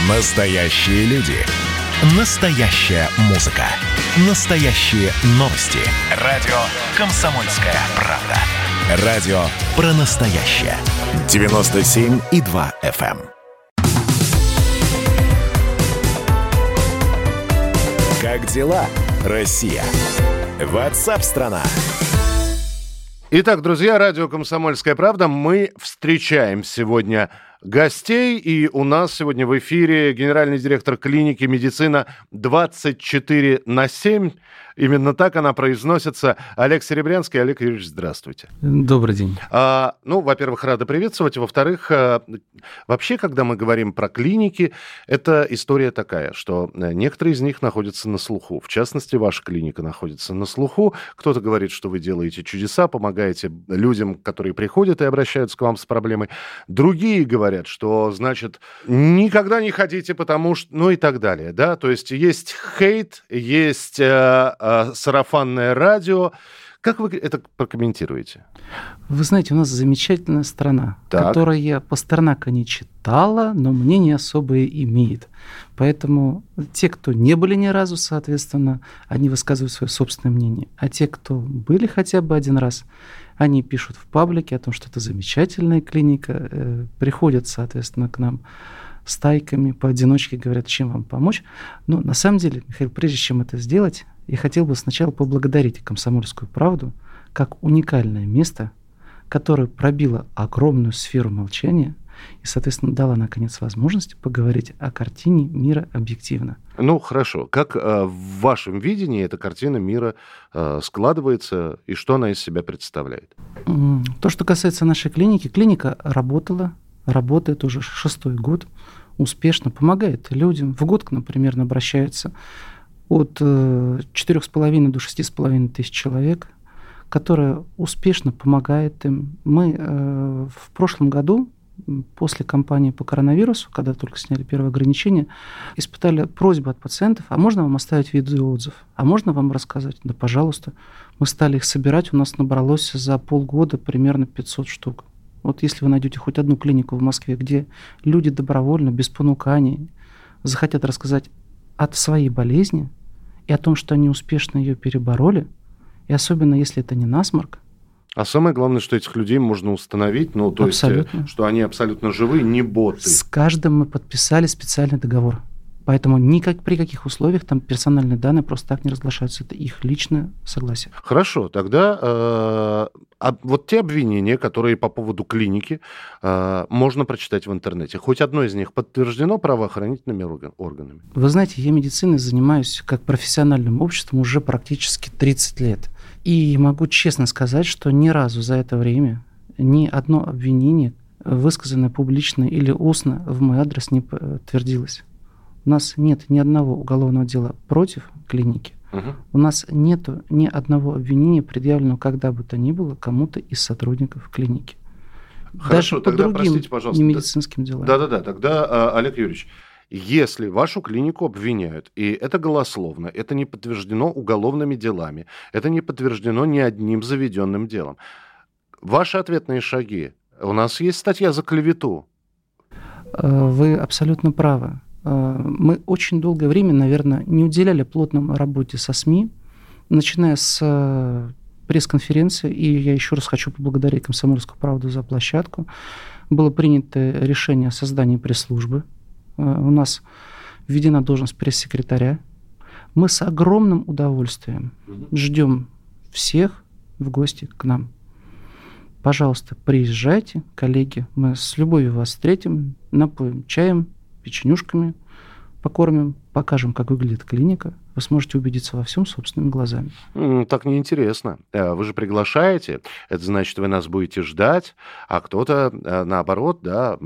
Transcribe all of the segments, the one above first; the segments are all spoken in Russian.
Настоящие люди. Настоящая музыка. Настоящие новости. Радио «Комсомольская правда». Радио про настоящее. 97,2 FM. Как дела, Россия? WhatsApp-страна. Итак, друзья, радио «Комсомольская правда». Мы встречаем сегодня гостей, и у нас сегодня в эфире генеральный директор клиники «Медицина 24/7». Именно так она произносится. Олег Серебрянский. Олег Юрьевич, здравствуйте. Добрый день. Во-первых, рады приветствовать. Во-вторых, вообще, когда мы говорим про клиники, это история такая, что некоторые из них находятся на слуху. В частности, ваша клиника находится на слуху. Кто-то говорит, что вы делаете чудеса, помогаете людям, которые приходят и обращаются к вам с проблемой. Другие говорят, что, значит, никогда не ходите, потому что... Ну и так далее, да? То есть есть хейт, есть... сарафанное радио. Как вы это прокомментируете? Вы знаете, у нас замечательная страна, которая Пастернака не читала, но мнение особое имеет. Поэтому те, кто не были ни разу, соответственно, они высказывают свое собственное мнение. А те, кто были хотя бы один раз, они пишут в паблике о том, что это замечательная клиника, приходят, соответственно, к нам стайками, поодиночке, говорят, чем вам помочь. Но на самом деле, Михаил, прежде чем это сделать, я хотел бы сначала поблагодарить «Комсомольскую правду» как уникальное место, которое пробило огромную сферу молчания и, соответственно, дало, наконец, возможность поговорить о картине мира объективно. Ну, хорошо. Как в вашем видении эта картина мира складывается и что она из себя представляет? То, что касается нашей клиники, клиника работает уже 6-й год, успешно помогает людям. В год, например, обращается от 4,5 до 6,5 тысяч человек, которая успешно помогает им. Мы в прошлом году, после кампании по коронавирусу, когда только сняли первые ограничения, испытали просьбу от пациентов: а можно вам оставить видеоотзыв? А можно вам рассказать? Да, пожалуйста. Мы стали их собирать, у нас набралось за полгода примерно 500 штук. Вот если вы найдете хоть одну клинику в Москве, где люди добровольно, без понуканий, захотят рассказать о своей болезни и о том, что они успешно ее перебороли, и особенно если это не насморк. А самое главное, что этих людей можно установить, то есть, что они абсолютно живые, не боты. С каждым мы подписали специальный договор. Поэтому при каких условиях там персональные данные просто так не разглашаются. Это их личное согласие. Хорошо, тогда вот те обвинения, которые по поводу клиники, можно прочитать в интернете. Хоть одно из них подтверждено правоохранительными органами? Вы знаете, я медициной занимаюсь как профессиональным обществом уже практически 30 лет. И могу честно сказать, что ни разу за это время ни одно обвинение, высказанное публично или устно, в мой адрес не подтвердилось. У нас нет ни одного уголовного дела против клиники. У нас нет ни одного обвинения, предъявленного когда бы то ни было кому-то из сотрудников клиники. Хорошо, даже по тогда, другим простите, пожалуйста, немедицинским делам. Да-да-да, тогда, Олег Юрьевич, если вашу клинику обвиняют, и это голословно, это не подтверждено уголовными делами, это не подтверждено ни одним заведенным делом, ваши ответные шаги, у нас есть статья за клевету. Вы абсолютно правы. Мы очень долгое время, наверное, не уделяли плотной работе со СМИ, начиная с пресс-конференции, и я еще раз хочу поблагодарить «Комсомольскую правду» за площадку. Было принято решение о создании пресс-службы. У нас введена должность пресс-секретаря. Мы с огромным удовольствием ждем всех в гости к нам. Пожалуйста, приезжайте, коллеги, мы с любовью вас встретим, напоим чаем, печенюшками, покормим, покажем, как выглядит клиника. Вы сможете убедиться во всем собственными глазами. Так неинтересно. Вы же приглашаете, это значит, вы нас будете ждать, а кто-то, наоборот,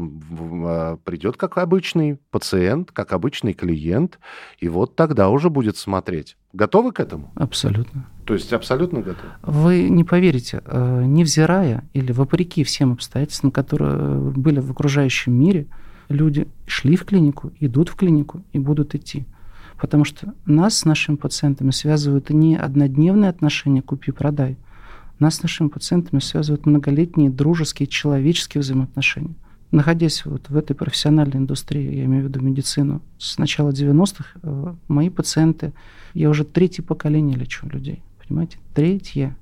придет как обычный пациент, как обычный клиент, и вот тогда уже будет смотреть. Готовы к этому? Абсолютно. То есть абсолютно готовы? Вы не поверите, невзирая или вопреки всем обстоятельствам, которые были в окружающем мире, люди шли в клинику, идут в клинику и будут идти. Потому что нас с нашими пациентами связывают не однодневные отношения «купи-продай». Нас с нашими пациентами связывают многолетние дружеские, человеческие взаимоотношения. находясь вот в этой профессиональной индустрии, я имею в виду медицину, с начала 90-х, мои пациенты, я уже 3-е поколение лечу людей, понимаете, 3-е.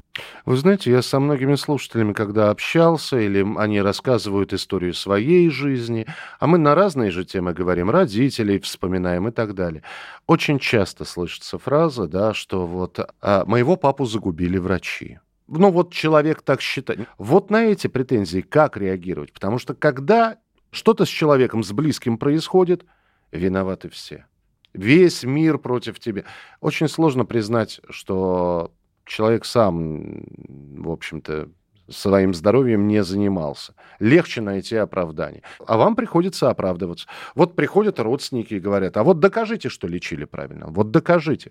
Вы знаете, я со многими слушателями, когда общался, или они рассказывают историю своей жизни, а мы на разные же темы говорим, родителей вспоминаем и так далее. Очень часто слышится фраза, да, что вот моего папу загубили врачи. Ну вот человек так считает. Вот на эти претензии как реагировать? Потому что когда что-то с человеком, с близким происходит, виноваты все. Весь мир против тебя. Очень сложно признать, что человек сам, в общем-то, своим здоровьем не занимался. Легче найти оправдание. А вам приходится оправдываться. Вот приходят родственники и говорят, а вот докажите, что лечили правильно. Вот докажите.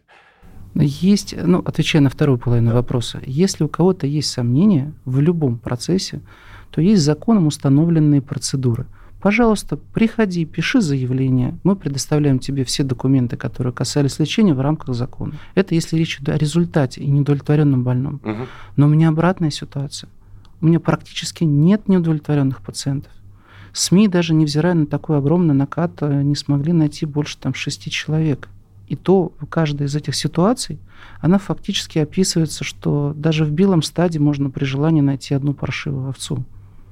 Есть, отвечая на вторую половину вопроса, если у кого-то есть сомнения в любом процессе, то есть законом установленные процедуры. Пожалуйста, приходи, пиши заявление, мы предоставляем тебе все документы, которые касались лечения в рамках закона. Это если речь идет о результате и неудовлетворенном больном. Угу. Но у меня обратная ситуация. У меня практически нет неудовлетворенных пациентов. СМИ, даже невзирая на такой огромный накат, не смогли найти больше 6 человек. И то каждая из этих ситуаций, она фактически описывается, что даже в белом стаде можно при желании найти одну паршивую овцу.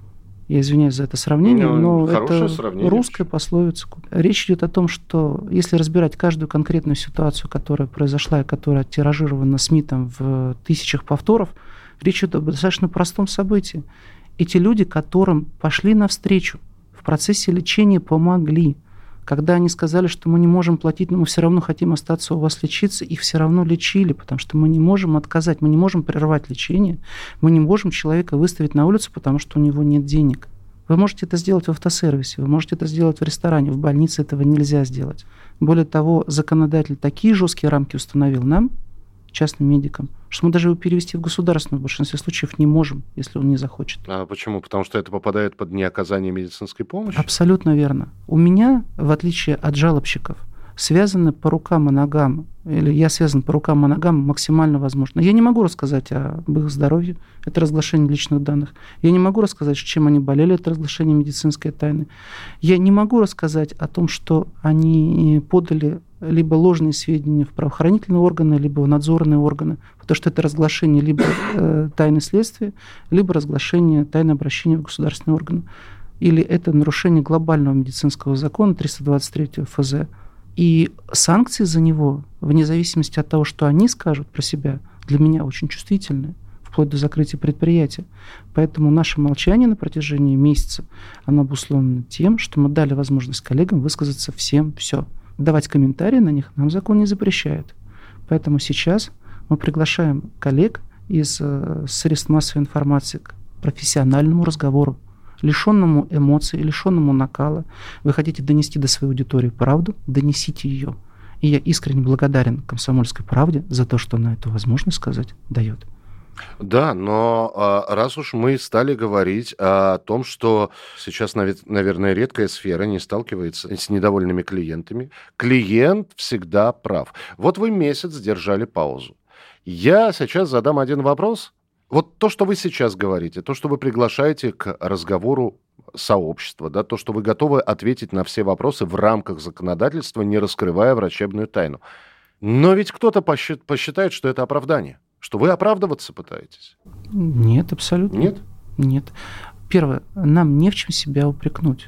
Я извиняюсь за это сравнение, но это русская пословица. Речь идет о том, что если разбирать каждую конкретную ситуацию, которая произошла и которая тиражирована СМИ в тысячах повторов, речь идет об достаточно простом событии. Эти люди, которым пошли навстречу, в процессе лечения помогли. Когда они сказали, что мы не можем платить, но мы все равно хотим остаться у вас лечиться, их все равно лечили, потому что мы не можем отказать, мы не можем прервать лечение, мы не можем человека выставить на улицу, потому что у него нет денег. Вы можете это сделать в автосервисе, вы можете это сделать в ресторане, в больнице этого нельзя сделать. Более того, законодатель такие жесткие рамки установил нам, частным медикам, что мы даже его перевести в государственную в большинстве случаев не можем, если он не захочет. А почему? Потому что это попадает под неоказание медицинской помощи? Абсолютно верно. У меня, в отличие от жалобщиков, связаны по рукам и ногам, или я связан по рукам и ногам максимально возможно. Я не могу рассказать об их здоровье, это разглашение личных данных. Я не могу рассказать, чем они болели, это разглашение медицинской тайны. Я не могу рассказать о том, что они подали либо ложные сведения в правоохранительные органы, либо в надзорные органы, потому что это разглашение либо тайны следствия, либо разглашение тайны обращения в государственные органы. Или это нарушение глобального медицинского закона 323 ФЗ. И санкции за него, вне зависимости от того, что они скажут про себя, для меня очень чувствительны, вплоть до закрытия предприятия. Поэтому наше молчание на протяжении месяца, оно обусловлено тем, что мы дали возможность коллегам высказаться всем все. Давать комментарии на них нам закон не запрещает. Поэтому сейчас мы приглашаем коллег из средств массовой информации к профессиональному разговору, лишенному эмоций, лишенному накала. Вы хотите донести до своей аудитории правду, донесите ее. И я искренне благодарен «Комсомольской правде» за то, что она эту возможность сказать дает. Да, но раз уж мы стали говорить о том, что сейчас, наверное, редкая сфера не сталкивается с недовольными клиентами, клиент всегда прав. Вот вы месяц держали паузу. Я сейчас задам один вопрос. Вот то, что вы сейчас говорите, то, что вы приглашаете к разговору сообщества, да, то, что вы готовы ответить на все вопросы в рамках законодательства, не раскрывая врачебную тайну. Но ведь кто-то посчитает, что это оправдание, что вы оправдываться пытаетесь. Нет, абсолютно. Нет? Нет. Первое, нам не в чем себя упрекнуть.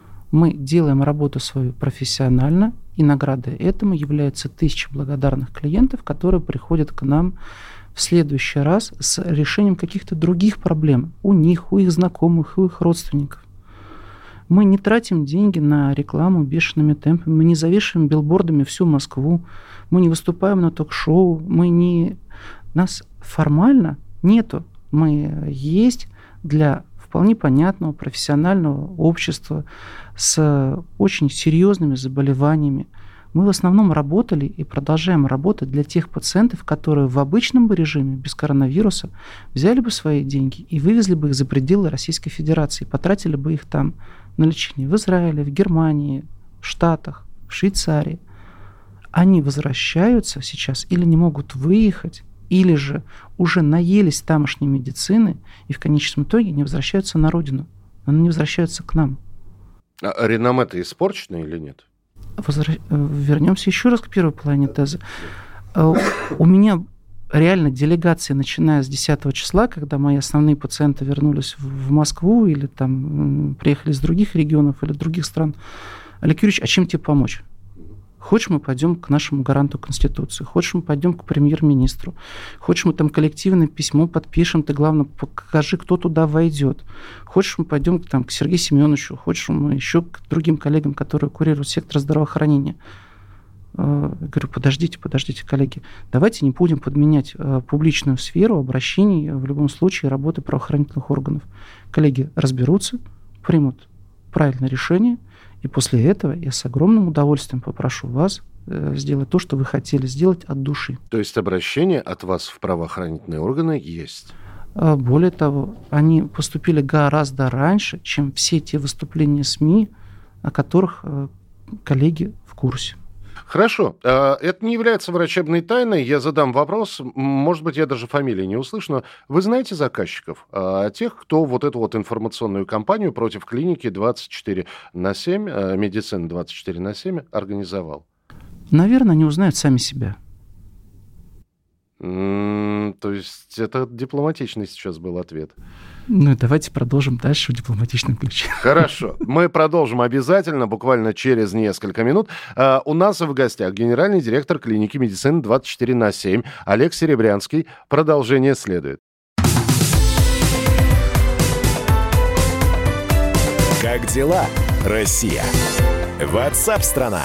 Мы делаем работу свою профессионально, и наградой этому являются тысячи благодарных клиентов, которые приходят к нам в следующий раз с решением каких-то других проблем у них, у их знакомых, у их родственников. Мы не тратим деньги на рекламу бешеными темпами, мы не завешиваем билбордами всю Москву, мы не выступаем на ток-шоу, нас формально нету. Мы есть для вполне понятного профессионального общества с очень серьезными заболеваниями. Мы в основном работали и продолжаем работать для тех пациентов, которые в обычном бы режиме, без коронавируса, взяли бы свои деньги и вывезли бы их за пределы Российской Федерации, потратили бы их там на лечение в Израиле, в Германии, в Штатах, в Швейцарии. Они возвращаются сейчас или не могут выехать, или же уже наелись тамошней медицины и в конечном итоге не возвращаются на родину. они не возвращаются к нам. А реноме-то испорчено или нет? Вернемся еще раз к первой половине тезы. У меня реально делегации, начиная с 10 числа, когда мои основные пациенты вернулись в Москву или там приехали из других регионов или других стран. Олег Юрьевич, а чем тебе помочь? Хочешь, мы пойдем к нашему гаранту Конституции, хочешь, мы пойдем к премьер-министру, хочешь, мы там коллективное письмо подпишем, ты, главное, покажи, кто туда войдет. Хочешь, мы пойдем там, к Сергею Семеновичу, хочешь, мы еще к другим коллегам, которые курируют сектор здравоохранения. Я говорю, подождите, коллеги, давайте не будем подменять публичную сферу обращений, в любом случае, работы правоохранительных органов. Коллеги разберутся, примут правильное решение, и после этого я с огромным удовольствием попрошу вас сделать то, что вы хотели сделать от души. То есть обращение от вас в правоохранительные органы есть? Более того, они поступили гораздо раньше, чем все те выступления СМИ, о которых коллеги в курсе. Хорошо. Это не является врачебной тайной. Я задам вопрос. Может быть, я даже фамилии не услышу, но вы знаете заказчиков? Тех, кто вот эту вот информационную кампанию против клиники 24/7, медицины 24/7 организовал? Наверное, они узнают сами себя. То есть это дипломатичный сейчас был ответ. Ну, давайте продолжим дальше в дипломатичном ключе. Хорошо. Мы продолжим обязательно, буквально через несколько минут. У нас в гостях генеральный директор клиники медицины 24/7 Олег Серебрянский. Продолжение следует. Как дела, Россия? Ватсап-страна!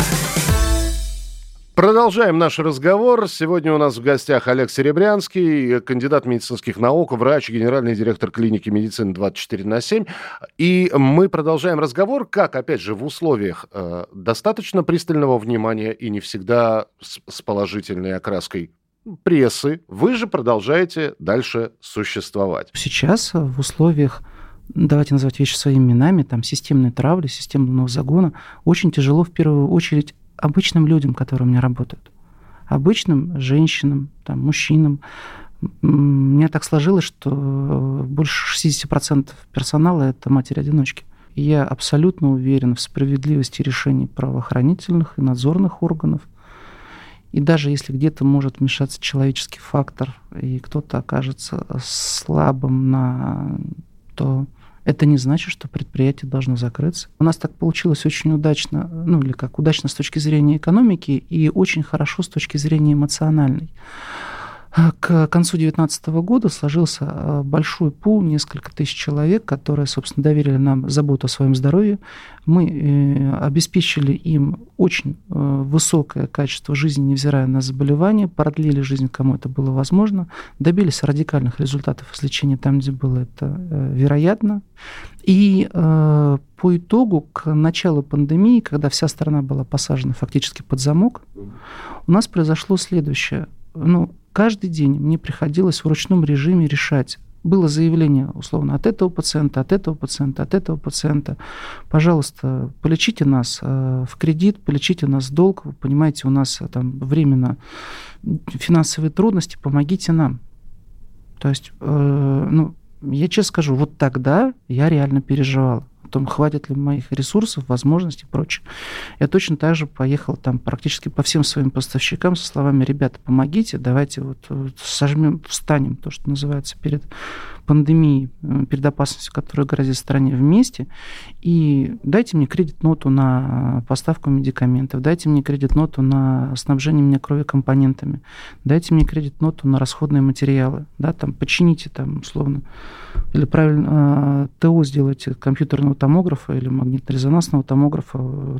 Продолжаем наш разговор. Сегодня у нас в гостях Олег Серебрянский, кандидат медицинских наук, врач, генеральный директор клиники медицины 24/7. И мы продолжаем разговор, как, опять же, в условиях достаточно пристального внимания и не всегда с положительной окраской прессы, вы же продолжаете дальше существовать. Сейчас в условиях, давайте называть вещи своими именами, там, системной травли, системного загона, очень тяжело в первую очередь обычным людям, которые у меня работают. Обычным женщинам, там, мужчинам. У меня так сложилось, что больше 60% персонала – это матери-одиночки. И я абсолютно уверен в справедливости решений правоохранительных и надзорных органов. И даже если где-то может вмешаться человеческий фактор, и кто-то окажется слабым, то это не значит, что предприятие должно закрыться. У нас так получилось очень удачно, или как удачно с точки зрения экономики и очень хорошо с точки зрения эмоциональной. К концу 2019 года сложился большой пул, несколько тысяч человек, которые, собственно, доверили нам заботу о своем здоровье. Мы обеспечили им очень высокое качество жизни, невзирая на заболевания, продлили жизнь, кому это было возможно, добились радикальных результатов излечения там, где было это вероятно. И по итогу, к началу пандемии, когда вся страна была посажена фактически под замок, у нас произошло следующее. Каждый день мне приходилось в ручном режиме решать. Было заявление, условно, от этого пациента, от этого пациента, от этого пациента. Пожалуйста, полечите нас в кредит, полечите нас в долг. Вы понимаете, у нас там временно финансовые трудности, помогите нам. То есть, я честно скажу, вот тогда я реально переживал о том, хватит ли моих ресурсов, возможностей и прочее. Я точно так же поехал там практически по всем своим поставщикам со словами: ребята, помогите, давайте встанем, то, что называется, перед пандемией, перед опасностью, которая грозит стране, вместе, и дайте мне кредит-ноту на поставку медикаментов, дайте мне кредит-ноту на снабжение меня крови-компонентами, дайте мне кредит-ноту на расходные материалы, почините условно, или правильно ТО сделайте компьютерного томографа или магнитно-резонансного томографа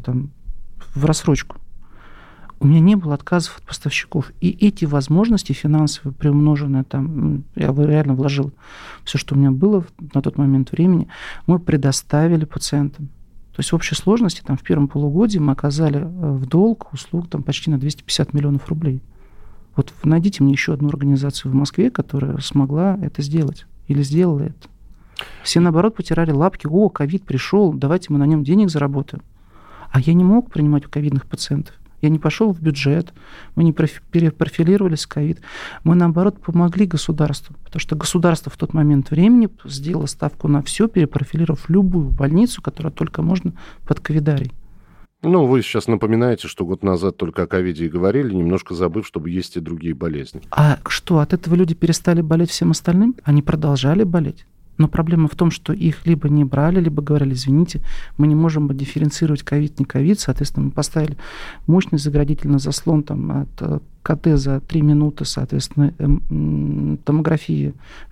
в рассрочку. У меня не было отказов от поставщиков. И эти возможности финансовые, приумноженные, я реально вложил все, что у меня было на тот момент времени, мы предоставили пациентам. То есть в общей сложности в первом полугодии мы оказали в долг услуг почти на 250 миллионов рублей. Вот найдите мне еще одну организацию в Москве, которая смогла это сделать или сделала это. Все, наоборот, потирали лапки: ковид пришел, давайте мы на нем денег заработаем. А я не мог принимать ковидных пациентов. Я не пошел в бюджет, мы не перепрофилировались в ковид. Мы, наоборот, помогли государству, потому что государство в тот момент времени сделало ставку на все, перепрофилировав любую больницу, которую только можно под ковидарий. Ну, вы сейчас напоминаете, что год назад только о ковиде и говорили, немножко забыв, чтобы есть и другие болезни. А что, от этого люди перестали болеть всем остальным? Они продолжали болеть. Но проблема в том, что их либо не брали, либо говорили, извините, мы не можем дифференцировать ковид, не ковид. Соответственно, мы поставили мощный заградительный заслон там, от КТ за 3 минуты, соответственно, томография,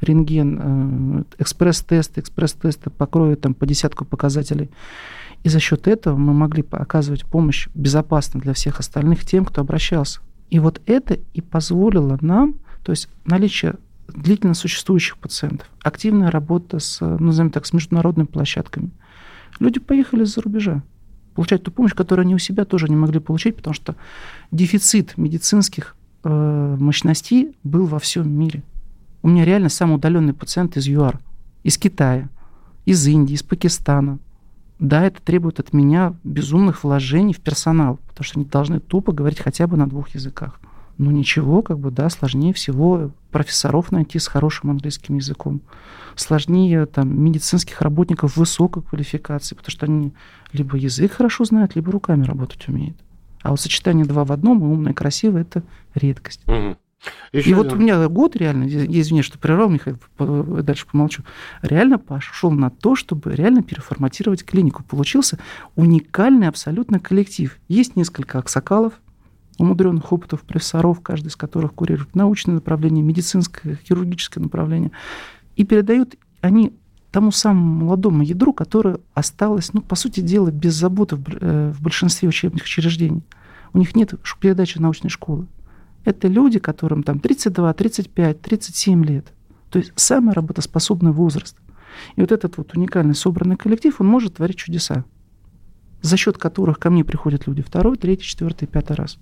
рентген, экспресс-тесты покроют там, по десятку показателей. И за счет этого мы могли оказывать помощь безопасно для всех остальных тем, кто обращался. И вот это и позволило нам, то есть наличие длительно существующих пациентов, активная работа с, назовем так, с международными площадками. Люди поехали из-за рубежа получать ту помощь, которую они у себя тоже не могли получить, потому что дефицит медицинских мощностей был во всем мире. У меня реально самый удаленный пациент из ЮАР, из Китая, из Индии, из Пакистана. Да, это требует от меня безумных вложений в персонал, потому что они должны тупо говорить хотя бы на 2 языках. Но ничего, сложнее всего профессоров найти с хорошим английским языком. Сложнее там, медицинских работников высокой квалификации, потому что они либо язык хорошо знают, либо руками работать умеют. А вот сочетание 2 в 1, и умное, и красивое, это редкость. Угу. И вот у меня год реально, я извиняюсь, что прервал, Михаил, дальше помолчу, реально пошел на то, чтобы реально переформатировать клинику. Получился уникальный абсолютно коллектив. Есть несколько аксакалов, умудренных опытов профессоров, каждый из которых курирует научное направление, медицинское, хирургическое направление. И передают они тому самому молодому ядру, которое осталось, по сути дела, без заботы в большинстве учебных учреждений. У них нет передачи научной школы. Это люди, которым там 32, 35, 37 лет. То есть самый работоспособный возраст. И вот этот вот уникальный собранный коллектив, он может творить чудеса, за счет которых ко мне приходят люди 2, 3, 4, 5 раз.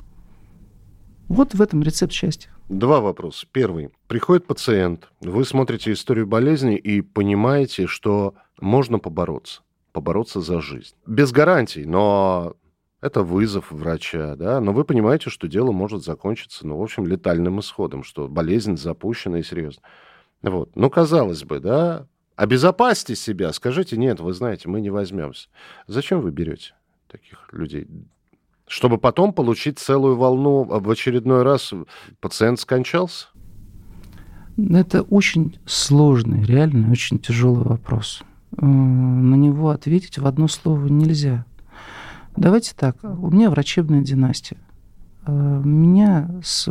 Вот в этом рецепт счастья. 2 вопроса. Первый. Приходит пациент, вы смотрите историю болезни и понимаете, что можно побороться за жизнь. Без гарантий, но это вызов врача, да, но вы понимаете, что дело может закончиться, летальным исходом, что болезнь запущена и серьезно. Вот. Казалось бы, да, обезопасьте себя, скажите, нет, вы знаете, мы не возьмемся. Зачем вы берете таких людей? Чтобы потом получить целую волну, в очередной раз пациент скончался? Это очень сложный, реально очень тяжелый вопрос. На него ответить в одно слово нельзя. Давайте так, у меня врачебная династия. Меня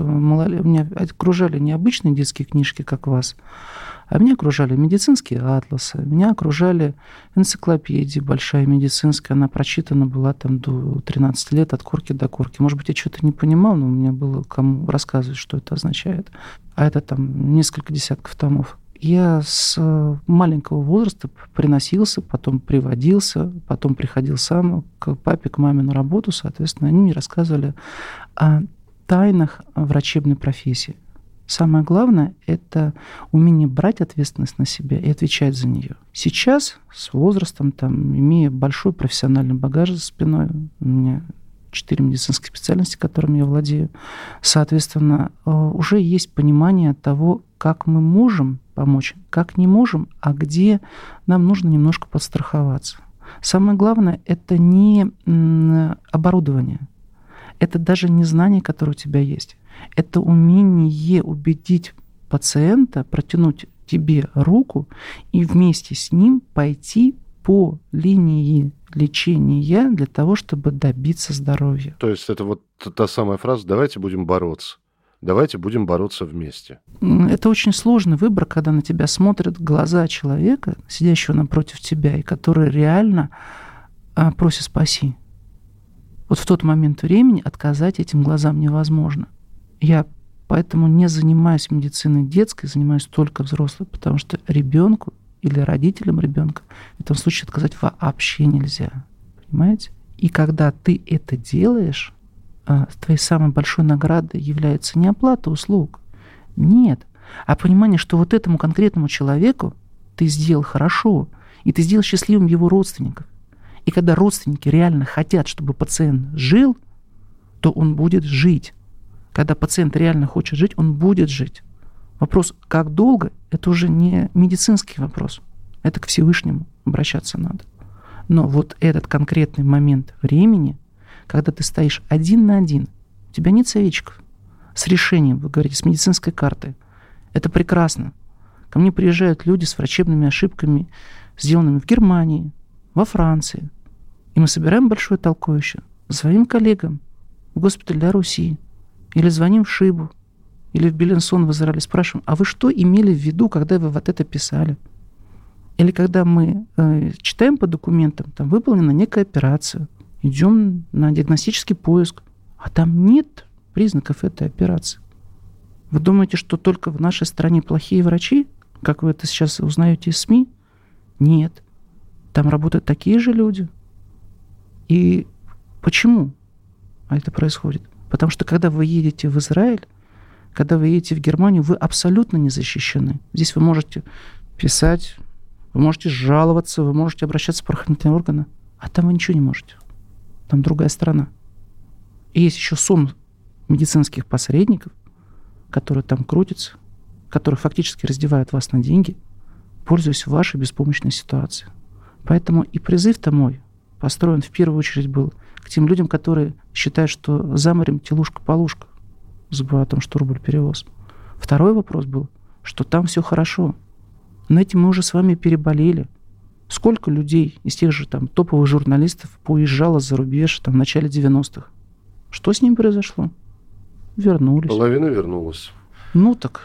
окружали не обычные детские книжки, как вас, а меня окружали медицинские атласы, меня окружали энциклопедии, большая медицинская, она прочитана была там до 13 лет, от корки до корки. Может быть, я что-то не понимал, но у меня было кому рассказывать, что это означает. А это там несколько десятков томов. Я с маленького возраста приносился, потом приводился, потом приходил сам к папе, к маме на работу, соответственно, они мне рассказывали о тайнах врачебной профессии. Самое главное – это умение брать ответственность на себя и отвечать за нее. Сейчас, с возрастом, имея большой профессиональный багаж за спиной, у меня 4 медицинских специальности, которыми я владею, соответственно, уже есть понимание того, как мы можем помочь, как не можем, а где нам нужно немножко подстраховаться. Самое главное – это не оборудование, это даже не знание, которое у тебя есть. Это умение убедить пациента протянуть тебе руку и вместе с ним пойти по линии лечения для того, чтобы добиться здоровья. То есть это вот та самая фраза «давайте будем бороться». Давайте будем бороться вместе. Это очень сложный выбор, когда на тебя смотрят глаза человека, сидящего напротив тебя, и который реально просит «спаси». Вот в тот момент времени отказать этим глазам невозможно. Я поэтому не занимаюсь медициной детской, занимаюсь только взрослой, потому что ребенку или родителям ребенка в этом случае отказать вообще нельзя. Понимаете? И когда ты это делаешь, твоей самой большой наградой является не оплата услуг, нет, а понимание, что вот этому конкретному человеку ты сделал хорошо, и ты сделал счастливым его родственников. И когда родственники реально хотят, чтобы пациент жил, то он будет жить. Когда пациент реально хочет жить, он будет жить. Вопрос, как долго, это уже не медицинский вопрос. Это к Всевышнему обращаться надо. Но вот этот конкретный момент времени, когда ты стоишь один на один, у тебя нет советчиков с решением, вы говорите, с медицинской картой. Это прекрасно. Ко мне приезжают люди с врачебными ошибками, сделанными в Германии, во Франции. И мы собираем большое толковище, звоним коллегам в госпиталь для Руси, или звоним в Шибу, или в Беленсон в Израиле, спрашиваем, а вы что имели в виду, когда вы вот это писали? Или когда мы читаем по документам, там выполнена некая операция, идем на диагностический поиск, а там нет признаков этой операции. Вы думаете, что только в нашей стране плохие врачи, как вы это сейчас узнаете из СМИ? Нет. Там работают такие же люди. И почему это происходит? Потому что когда вы едете в Израиль, когда вы едете в Германию, вы абсолютно не защищены. Здесь вы можете писать, вы можете жаловаться, вы можете обращаться в правоохранительные органы, а там вы ничего не можете. Там другая страна. И есть еще сон медицинских посредников, которые там крутятся, которые фактически раздевают вас на деньги, пользуясь вашей беспомощной ситуацией. Поэтому и призыв-то мой построен в первую очередь был к тем людям, которые считают, что заморем телушка-полушка, забывая о том, что рубль перевоз. Второй вопрос был, что там все хорошо. На этим мы уже с вами переболели. Сколько людей из тех же там топовых журналистов поезжало за рубеж там, в начале 90-х? Что с ним произошло? Вернулись. Половина вернулась. Ну так.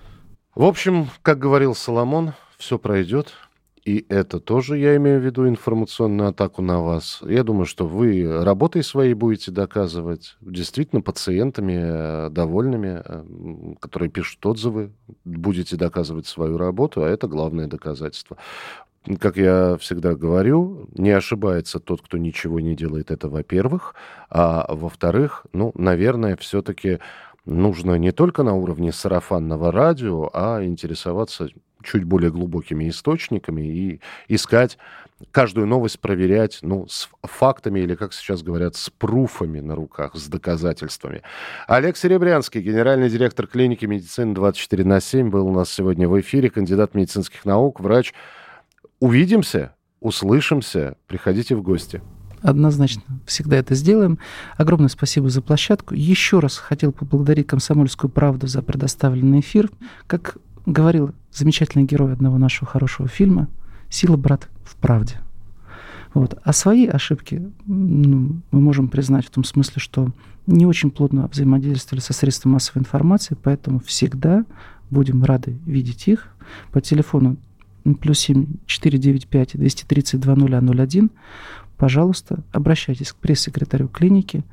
В общем, как говорил Соломон, все пройдет. И это тоже, я имею в виду, информационную атаку на вас. Я думаю, что вы работой своей будете доказывать, действительно пациентами довольными, которые пишут отзывы, будете доказывать свою работу, а это главное доказательство. Как я всегда говорю, не ошибается тот, кто ничего не делает, это во-первых. А во-вторых, наверное, все-таки нужно не только на уровне сарафанного радио, а интересоваться чуть более глубокими источниками и искать каждую новость, проверять, с фактами или, как сейчас говорят, с пруфами на руках, с доказательствами. Олег Серебрянский, генеральный директор клиники медицины 24/7, был у нас сегодня в эфире, кандидат медицинских наук, врач. Увидимся, услышимся, приходите в гости. Однозначно, всегда это сделаем. Огромное спасибо за площадку. Еще раз хотел поблагодарить «Комсомольскую правду» за предоставленный эфир. Как говорил замечательный герой одного нашего хорошего фильма, «Сила, брат, в правде». Вот. А свои ошибки мы можем признать в том смысле, что не очень плотно взаимодействовали со средствами массовой информации, поэтому всегда будем рады видеть их по телефону +7 495 230 2001. Пожалуйста, обращайтесь к пресс-секретарю клиники.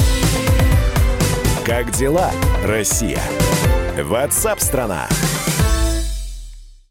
Как дела, Россия? WhatsApp-страна!